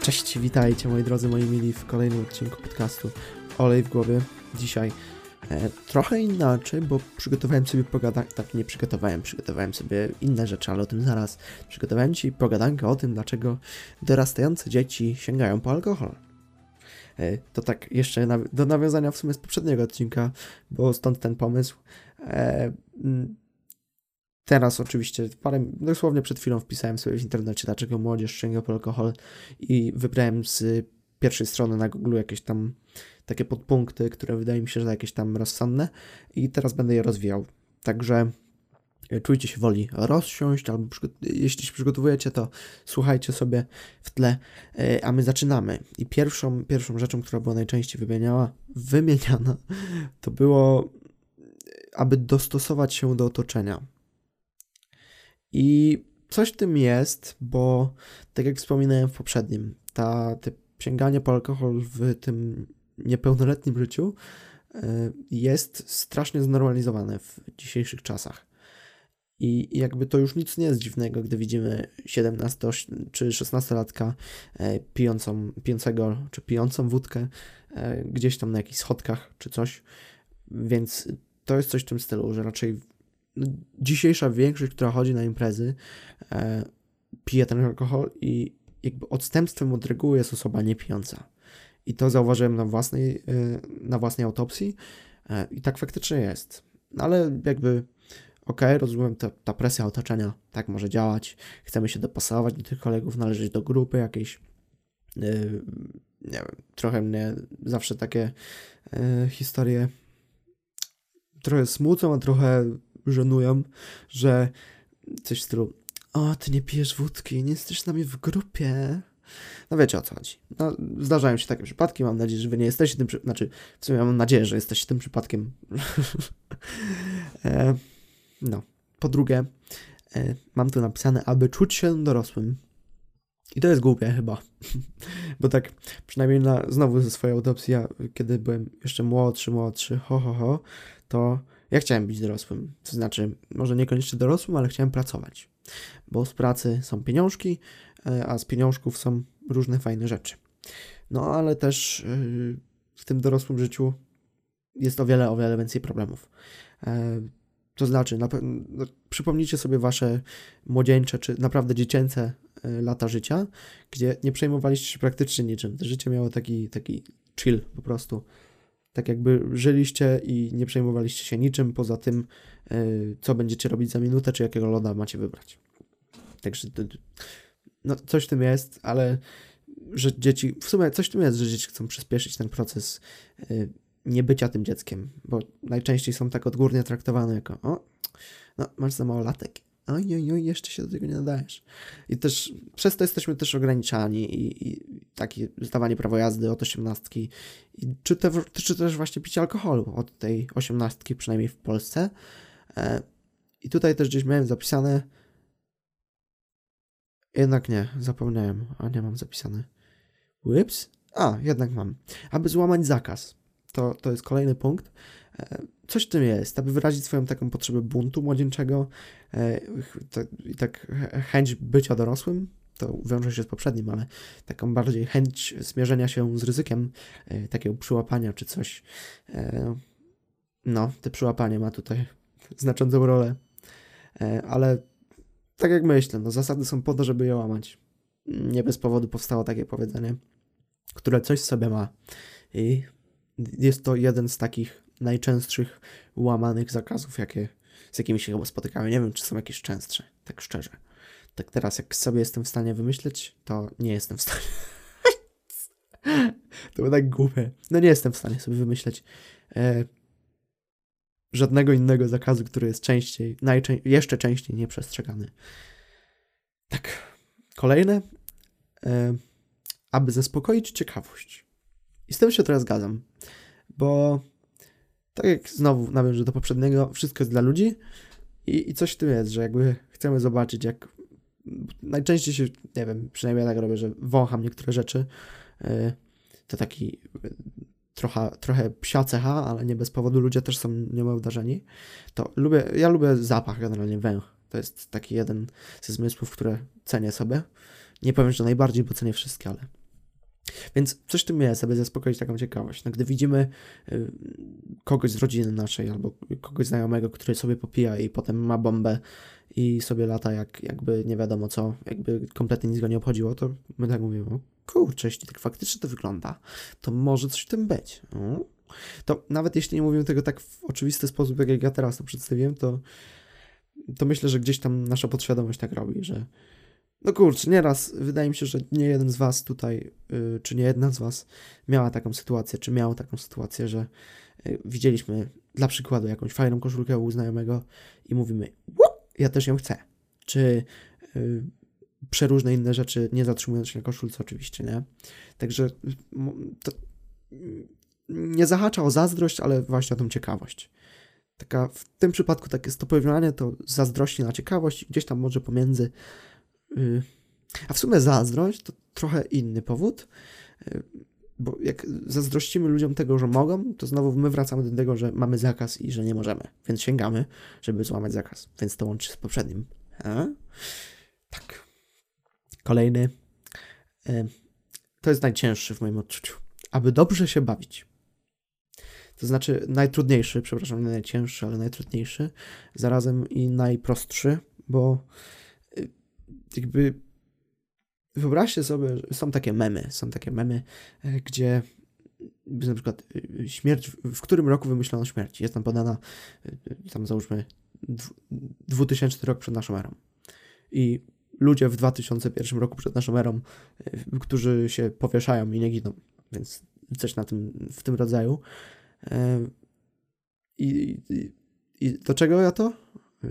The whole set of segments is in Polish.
Cześć, witajcie moi drodzy, moi mili w kolejnym odcinku podcastu Olej w głowie. Dzisiaj trochę inaczej, bo przygotowałem sobie przygotowałem sobie inne rzeczy, ale o tym zaraz. Przygotowałem Ci pogadankę o tym, dlaczego dorastające dzieci sięgają po alkohol. To tak jeszcze do nawiązania w sumie z poprzedniego odcinka, bo stąd ten pomysł. Teraz oczywiście, dosłownie przed chwilą wpisałem sobie w internecie, dlaczego młodzież sięga po alkohol i wybrałem z pierwszej strony na Google jakieś tam takie podpunkty, które wydaje mi się, że jakieś tam rozsądne i teraz będę je rozwijał. Także czujcie się woli rozsiąść, albo jeśli się przygotowujecie, to słuchajcie sobie w tle, a my zaczynamy. I pierwszą rzeczą, która była najczęściej wymieniana, to było, aby dostosować się do otoczenia. I coś w tym jest, bo tak jak wspominałem w poprzednim, te sięganie po alkohol w tym niepełnoletnim życiu jest strasznie znormalizowane w dzisiejszych czasach. I jakby to już nic nie jest dziwnego, gdy widzimy 17 czy 16-latka pijącego czy pijącą wódkę gdzieś tam na jakichś schodkach czy coś. Więc to jest coś w tym stylu, że raczej dzisiejsza większość, która chodzi na imprezy, pije ten alkohol i jakby odstępstwem od reguły jest osoba niepijąca. I to zauważyłem na własnej autopsji i tak faktycznie jest. Ale jakby rozumiem, ta presja otoczenia tak może działać. Chcemy się dopasować do tych kolegów, należeć do grupy jakiejś. Nie wiem, trochę mnie zawsze takie historie trochę smucą, a trochę żenują, że coś w stylu: o, ty nie pijesz wódki, nie jesteś z nami w grupie. No wiecie, o co chodzi. No, zdarzają się takie przypadki, mam nadzieję, że wy nie jesteście tym w sumie mam nadzieję, że jesteście tym przypadkiem. No. Po drugie, mam tu napisane, aby czuć się dorosłym. I to jest głupie chyba, bo tak przynajmniej znowu ze swojej autopsji, kiedy byłem jeszcze młodszy, to ja chciałem być dorosłym, to znaczy może niekoniecznie dorosłym, ale chciałem pracować, bo z pracy są pieniążki, a z pieniążków są różne fajne rzeczy. No ale też w tym dorosłym życiu jest o wiele więcej problemów. To znaczy, przypomnijcie sobie wasze młodzieńcze czy naprawdę dziecięce lata życia, gdzie nie przejmowaliście się praktycznie niczym. To życie miało taki chill po prostu. Tak jakby żyliście i nie przejmowaliście się niczym poza tym, co będziecie robić za minutę, czy jakiego loda macie wybrać. Także no, coś w tym jest, ale że dzieci, w sumie coś w tym jest, że dzieci chcą przyspieszyć ten proces nie bycia tym dzieckiem, bo najczęściej są tak odgórnie traktowane jako: no masz za mało latek, oj, jeszcze się do tego nie nadajesz. I też przez to jesteśmy też ograniczani i takie zdawanie prawa jazdy od 18 czy też właśnie picie alkoholu od tej 18, przynajmniej w Polsce. I tutaj też gdzieś miałem zapisane, jednak nie, zapomniałem, a nie mam zapisane. Ups, jednak mam. Aby złamać zakaz. To jest kolejny punkt. Coś w tym jest, aby wyrazić swoją taką potrzebę buntu młodzieńczego i tak chęć bycia dorosłym, to wiąże się z poprzednim, ale taką bardziej chęć zmierzenia się z ryzykiem takiego przyłapania czy coś. No, te przyłapanie ma tutaj znaczącą rolę, ale tak jak myślę, no zasady są po to, żeby je łamać. Nie bez powodu powstało takie powiedzenie, które coś w sobie ma i jest to jeden z takich najczęstszych łamanych zakazów, z jakimi się chyba spotykamy. Nie wiem, czy są jakieś częstsze, tak szczerze. Tak teraz, jak sobie jestem w stanie wymyśleć, to nie jestem w stanie. To było tak głupie. No nie jestem w stanie sobie wymyśleć żadnego innego zakazu, który jest jeszcze częściej nieprzestrzegany. Tak. Kolejne. Aby zaspokoić ciekawość. I z tym się teraz zgadzam, bo tak jak znowu nawiążę do poprzedniego, wszystko jest dla ludzi i coś w tym jest, że jakby chcemy zobaczyć, jak najczęściej się, nie wiem, przynajmniej ja tak robię, że wącham niektóre rzeczy, to taki trochę psia cecha, ale nie bez powodu, ludzie też są niemałe obdarzeni, to ja lubię zapach, generalnie węch, to jest taki jeden ze zmysłów, które cenię sobie, nie powiem, że najbardziej, bo cenię wszystkie, ale Więc coś w tym jest, aby zaspokoić taką ciekawość. No, gdy widzimy kogoś z rodziny naszej albo kogoś znajomego, który sobie popija i potem ma bombę i sobie lata jakby nie wiadomo co, jakby kompletnie nic go nie obchodziło, to my tak mówimy, o kurczę, jeśli tak faktycznie to wygląda, to może coś w tym być. No. To nawet jeśli nie mówimy tego tak w oczywisty sposób, jak ja teraz to przedstawiłem, to myślę, że gdzieś tam nasza podświadomość tak robi, że no kurczę, nieraz wydaje mi się, że nie jeden z was tutaj, czy nie jedna z was miała taką sytuację, czy miał taką sytuację, że widzieliśmy dla przykładu jakąś fajną koszulkę u znajomego i mówimy, ja też ją chcę. Czy przeróżne inne rzeczy, nie zatrzymując się na koszulce oczywiście, nie? Także to nie zahacza o zazdrość, ale właśnie o tą ciekawość. Taka, w tym przypadku takie stopniowanie to zazdrości na ciekawość, gdzieś tam może pomiędzy. A w sumie zazdrość to trochę inny powód, bo jak zazdrościmy ludziom tego, że mogą, to znowu my wracamy do tego, że mamy zakaz i że nie możemy, więc sięgamy, żeby złamać zakaz, więc to łączy się z poprzednim. Tak. Kolejny. To jest najcięższy w moim odczuciu. Aby dobrze się bawić. To znaczy najtrudniejszy, przepraszam, nie najcięższy, ale najtrudniejszy, zarazem i najprostszy, bo jakby wyobraźcie sobie, że są takie memy, gdzie na przykład śmierć, w którym roku wymyślono śmierć. Jest tam podana, tam załóżmy 2000 rok przed naszą erą. I ludzie w 2001 roku przed naszą erą, którzy się powieszają i nie giną, więc coś w tym rodzaju. I do czego ja to?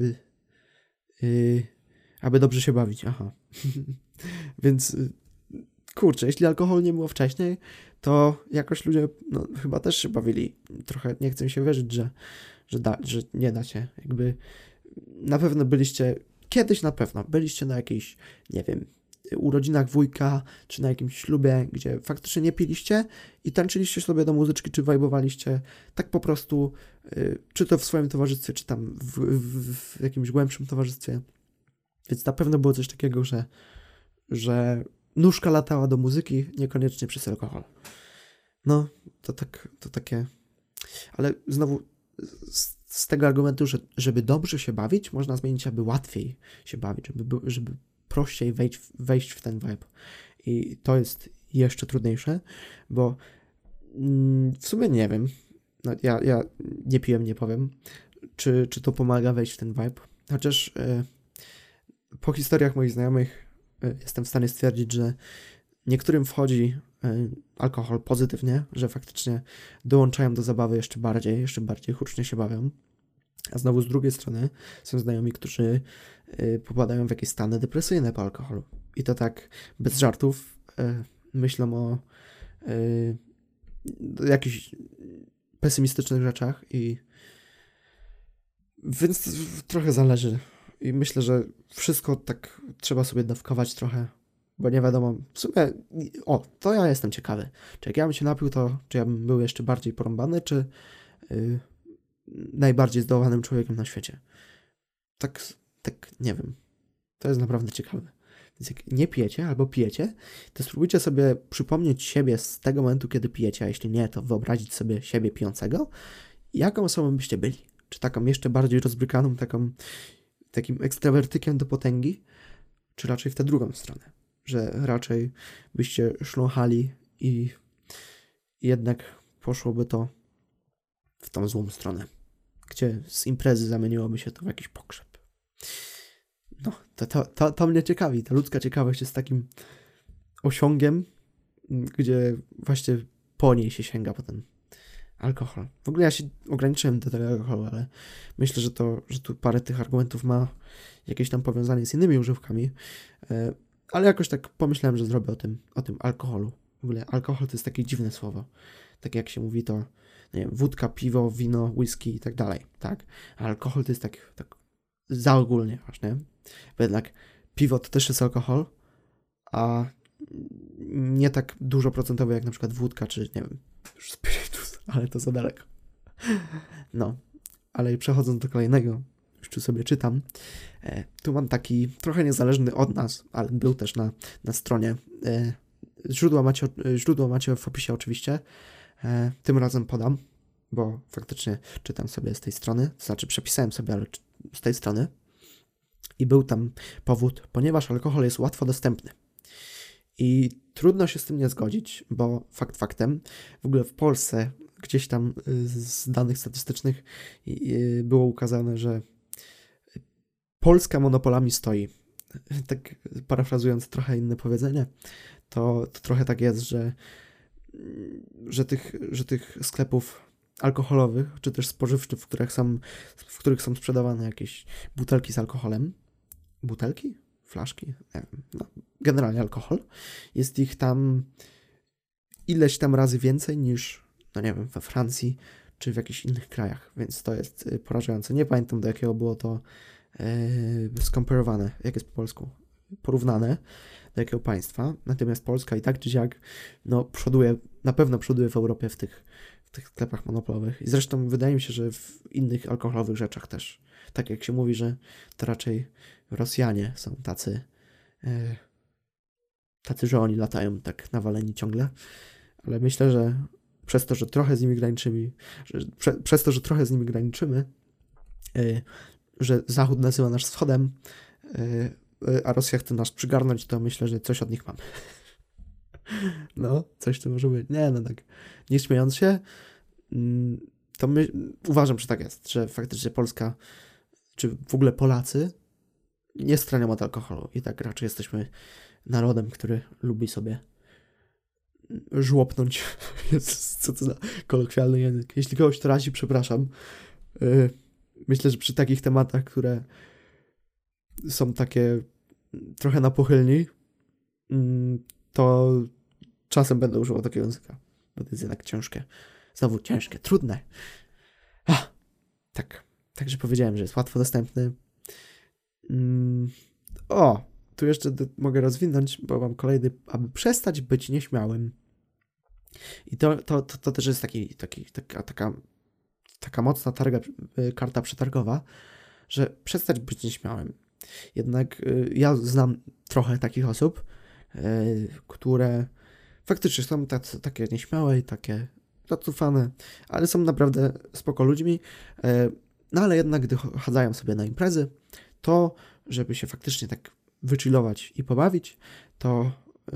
Aby dobrze się bawić, aha. Więc kurczę, jeśli alkohol nie było wcześniej, to jakoś ludzie chyba też się bawili. Trochę nie chcę mi się wierzyć, że nie da się. Jakby na pewno kiedyś na pewno byliście na jakiejś, nie wiem, urodzinach wujka, czy na jakimś ślubie, gdzie faktycznie nie piliście i tańczyliście sobie do muzyczki, czy wajbowaliście tak po prostu, czy to w swoim towarzystwie, czy tam w jakimś głębszym towarzystwie. Więc na pewno było coś takiego, że nóżka latała do muzyki, niekoniecznie przez alkohol. No, to takie... Ale znowu z tego argumentu, że żeby dobrze się bawić, można zmienić, aby łatwiej się bawić, żeby prościej wejść w ten vibe. I to jest jeszcze trudniejsze, bo w sumie nie wiem, no ja nie piłem, nie powiem, czy to pomaga wejść w ten vibe. Chociaż po historiach moich znajomych jestem w stanie stwierdzić, że niektórym wchodzi alkohol pozytywnie, że faktycznie dołączają do zabawy jeszcze bardziej hucznie się bawią. A znowu z drugiej strony są znajomi, którzy popadają w jakieś stany depresyjne po alkoholu. I to tak bez żartów myślą o jakichś pesymistycznych rzeczach więc trochę zależy. I myślę, że wszystko tak trzeba sobie dawkować trochę, bo nie wiadomo, w sumie, to ja jestem ciekawy. Czy jak ja bym się napił, to czy ja bym był jeszcze bardziej porąbany, czy najbardziej zdołanym człowiekiem na świecie. Tak nie wiem. To jest naprawdę ciekawe. Więc jak nie pijecie albo pijecie, to spróbujcie sobie przypomnieć siebie z tego momentu, kiedy pijecie, a jeśli nie, to wyobrazić sobie siebie pijącego. Jaką osobą byście byli? Czy taką jeszcze bardziej rozbrykaną, takim ekstrawertykiem do potęgi? Czy raczej w tę drugą stronę? Że raczej byście szląchali i jednak poszłoby to w tą złą stronę, gdzie z imprezy zamieniłoby się to w jakiś pogrzeb. No, to mnie ciekawi. Ta ludzka ciekawość jest takim osiągiem, gdzie właśnie po niej się sięga potem alkohol. W ogóle ja się ograniczyłem do tego alkoholu, ale myślę, że tu parę tych argumentów ma jakieś tam powiązanie z innymi używkami, ale jakoś tak pomyślałem, że zrobię o tym alkoholu. W ogóle alkohol to jest takie dziwne słowo. Tak jak się mówi, to nie wiem, wódka, piwo, wino, whisky i tak dalej, tak? A alkohol to jest tak zaogólnie właśnie. Bo jednak piwo to też jest alkohol, a nie tak dużo procentowy jak na przykład wódka, czy nie wiem, spirytus, ale to za daleko. No, ale przechodząc do kolejnego, już tu sobie czytam, tu mam taki trochę niezależny od nas, ale był też na stronie Źródła macie w opisie oczywiście. Tym razem podam, bo faktycznie czytam sobie z tej strony, to znaczy przepisałem sobie, ale z tej strony. I był tam powód, ponieważ alkohol jest łatwo dostępny. I trudno się z tym nie zgodzić, bo fakt faktem, w ogóle w Polsce gdzieś tam z danych statystycznych było ukazane, że Polska monopolami stoi. Tak parafrazując trochę inne powiedzenie, to trochę tak jest, że tych sklepów alkoholowych, czy też spożywczych, w których są sprzedawane jakieś butelki z alkoholem, butelki? Flaszki? Nie wiem. No, generalnie alkohol. Jest ich tam ileś tam razy więcej niż, no nie wiem, we Francji, czy w jakichś innych krajach, więc to jest porażające. Nie pamiętam, do jakiego było to skomparowane, jak jest po polsku, porównane do jakiego państwa, natomiast Polska i tak czy siak, no przoduje, na pewno przoduje w Europie w tych sklepach monopolowych i zresztą wydaje mi się, że w innych alkoholowych rzeczach też, tak jak się mówi, że to raczej Rosjanie są tacy, że oni latają tak nawaleni ciągle, ale myślę, że przez to, że trochę z nimi graniczymy, że Zachód nazywa nas wschodem, a Rosja chce nas przygarnąć, to myślę, że coś od nich mamy. No, coś to może być. Nie, no tak, nie śmiejąc się, to uważam, że tak jest, że faktycznie Polska, czy w ogóle Polacy nie stronią od alkoholu i tak raczej jesteśmy narodem, który lubi sobie żłopnąć. Co to za kolokwialny język. Jeśli kogoś to razi, przepraszam. Myślę, że przy takich tematach, które są takie trochę na pochylni, to czasem będę używał takiego języka, bo to jest jednak ciężkie. Znowu ciężkie, trudne. Tak. Także powiedziałem, że jest łatwo dostępny. Tu jeszcze mogę rozwinąć, bo mam kolejny, aby przestać być nieśmiałym. I to też jest taka mocna karta przetargowa, że przestać być nieśmiałym. Jednak ja znam trochę takich osób, które faktycznie są takie nieśmiałe i takie zacufane, ale są naprawdę spoko ludźmi. No ale jednak, gdy chadzają sobie na imprezy, to żeby się faktycznie tak wychillować i pobawić, to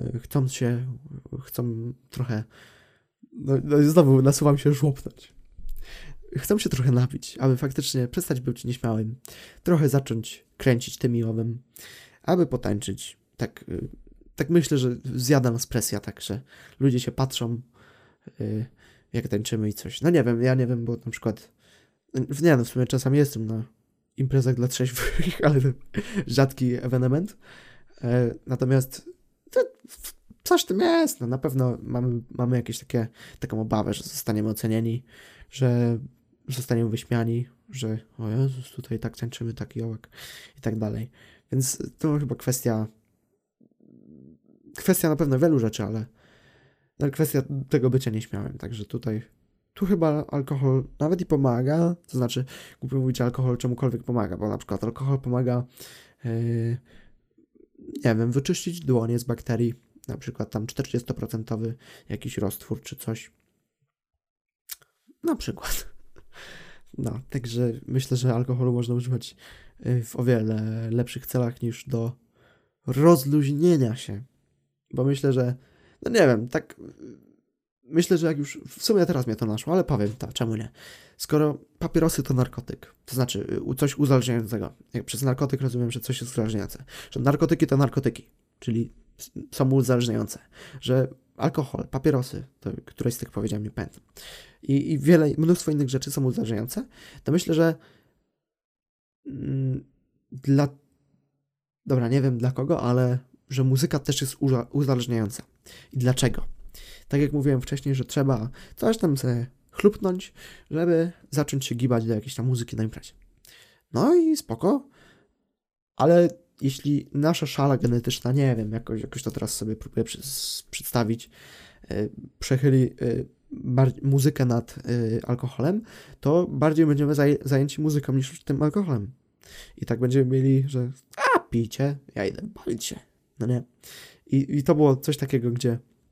chcą trochę, no znowu nasuwam się żłopnąć. Chcą się trochę napić, aby faktycznie przestać być nieśmiałym, trochę zacząć kręcić tym owym, aby potańczyć. Tak myślę, że zjada nas presja, tak, że ludzie się patrzą, jak tańczymy i coś. No nie wiem, ja nie wiem, bo na przykład w sumie czasami jestem na imprezach dla trzeźwych, ale to rzadki ewenement. Natomiast coś w tym jest. No, na pewno mamy jakieś taką obawę, że zostaniemy ocenieni, że zostaniemy wyśmiani, że o Jezus, tutaj tak tańczymy, taki ołek i tak dalej. Więc to chyba kwestia na pewno wielu rzeczy, ale kwestia tego bycia nieśmiałym. Także tu chyba alkohol nawet i pomaga, to znaczy głupio mówić, że alkohol czemukolwiek pomaga, bo na przykład alkohol pomaga nie wiem, wyczyścić dłonie z bakterii, na przykład tam 40% jakiś roztwór czy coś. Na przykład. No, także myślę, że alkoholu można używać w o wiele lepszych celach niż do rozluźnienia się. Bo myślę, że no nie wiem, tak myślę, że jak już w sumie teraz mnie to naszło, ale powiem czemu nie. Skoro papierosy to narkotyk, to znaczy coś uzależniającego. Jak przez narkotyk rozumiem, że coś jest uzależniające. Że narkotyki to narkotyki, czyli są uzależniające. Że alkohol, papierosy, to któreś z tych powiedziałem, nie pamiętam. I mnóstwo innych rzeczy są uzależniające. To myślę, że dobra, nie wiem dla kogo, ale że muzyka też jest uzależniająca. I dlaczego? Tak jak mówiłem wcześniej, że trzeba coś tam sobie chlupnąć, żeby zacząć się gibać do jakiejś tam muzyki na imprezie. No i spoko, ale jeśli nasza szala genetyczna, nie wiem, jakoś to teraz sobie próbuję przedstawić, przechyli muzykę nad alkoholem, to bardziej będziemy zajęci muzyką niż tym alkoholem. I tak będziemy mieli, że pijcie, ja idę bawić się, no nie? I to było coś takiego, gdzie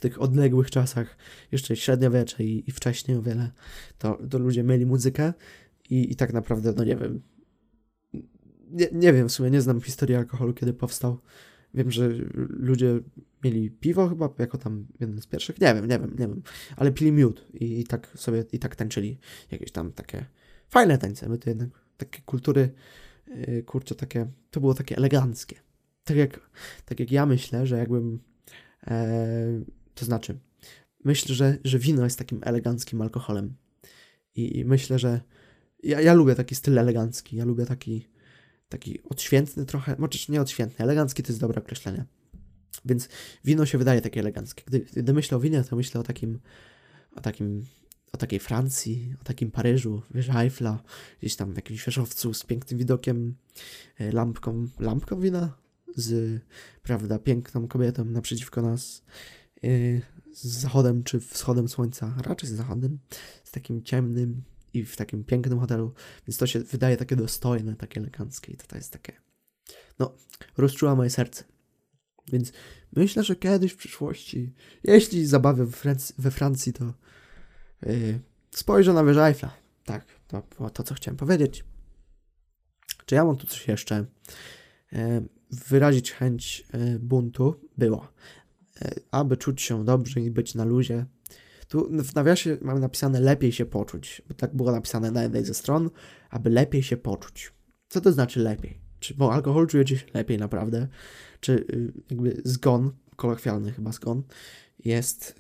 tych odległych czasach, jeszcze średniowiecze i wcześniej o wiele, to ludzie mieli muzykę i tak naprawdę, no nie wiem, nie wiem, w sumie nie znam historii alkoholu, kiedy powstał. Wiem, że ludzie mieli piwo chyba, jako tam jeden z pierwszych, nie wiem, ale pili miód i tak sobie, i tak tańczyli jakieś tam takie fajne tańce, my to jednak takie kultury, kurczę, takie, to było takie eleganckie. Tak jak ja myślę, że jakbym, to znaczy, myślę, że wino jest takim eleganckim alkoholem i myślę, że ja lubię taki styl elegancki, ja lubię taki odświętny trochę, może nie odświętny, elegancki to jest dobre określenie. Więc wino się wydaje takie eleganckie. Gdy myślę o winie, to myślę o takiej Francji, o takim Paryżu, wieży Eiffla, gdzieś tam w jakimś wieżowcu z pięknym widokiem, lampką wina, z, prawda, piękną kobietą naprzeciwko nas, z zachodem czy wschodem słońca, raczej z zachodem, z takim ciemnym i w takim pięknym hotelu, więc to się wydaje takie dostojne, takie eleganckie i to jest takie, no, rozczuła moje serce. Więc myślę, że kiedyś w przyszłości, jeśli zabawię we Francji, to spojrzę na wieżę Eiffla. Tak, to było to, co chciałem powiedzieć. Czy ja mam tu coś jeszcze? Wyrazić chęć buntu było. Aby czuć się dobrze i być na luzie. Tu w nawiasie mamy napisane lepiej się poczuć, bo tak było napisane na jednej ze stron, aby lepiej się poczuć. Co to znaczy lepiej? Czy po alkoholu czujecie się lepiej naprawdę? Czy jakby zgon, kolokwialny chyba zgon, jest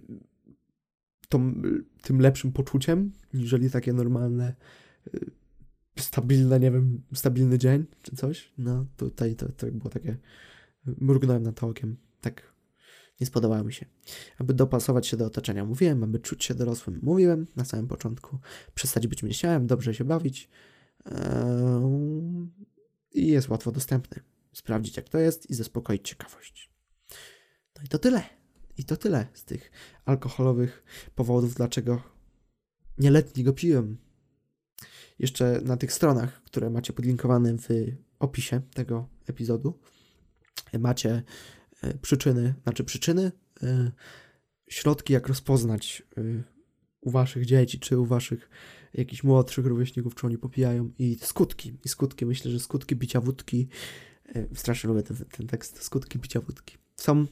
tym lepszym poczuciem, niżeli takie normalne, stabilne, nie wiem, stabilny dzień, czy coś? No tutaj to było takie, mrugnąłem na to okiem, tak nie spodobało mi się. Aby dopasować się do otoczenia mówiłem, aby czuć się dorosłym mówiłem na samym początku, przestać być myślałem, dobrze się bawić i jest łatwo dostępny. Sprawdzić jak to jest i zaspokoić ciekawość. No i to tyle. I to tyle z tych alkoholowych powodów, dlaczego nieletni go piłem. Jeszcze na tych stronach, które macie podlinkowane w opisie tego epizodu, macie przyczyny, środki jak rozpoznać u waszych dzieci, czy u waszych jakichś młodszych rówieśników, czy oni popijają i skutki. Myślę, że skutki picia wódki, strasznie lubię ten tekst, skutki picia wódki. Są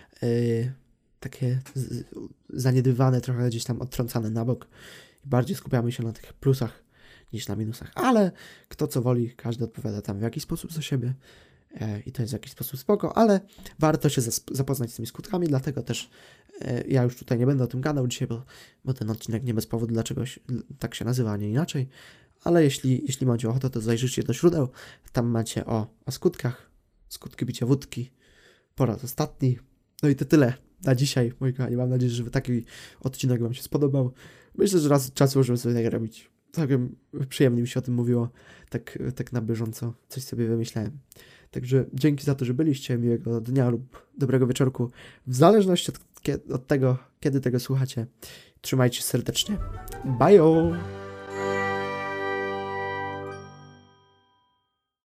takie zaniedbywane, trochę gdzieś tam odtrącane na bok i bardziej skupiamy się na tych plusach niż na minusach, ale kto co woli, każdy odpowiada tam w jakiś sposób za siebie i to jest w jakiś sposób spoko, ale warto się zapoznać z tymi skutkami, dlatego też ja już tutaj nie będę o tym gadał dzisiaj, bo ten odcinek nie bez powodu, dlaczego tak się nazywa, a nie inaczej, ale jeśli macie ochotę, to zajrzyjcie do źródeł, tam macie o skutkach, skutki picia wódki, po raz ostatni, no i to tyle na dzisiaj, moi kochani, mam nadzieję, że taki odcinek wam się spodobał, myślę, że raz od czasu możemy sobie tak robić. Całkiem przyjemnie mi się o tym mówiło, tak na bieżąco, coś sobie wymyślałem. Także dzięki za to, że byliście, miłego dnia lub dobrego wieczorku, w zależności od tego, kiedy tego słuchacie. Trzymajcie się serdecznie. Bye!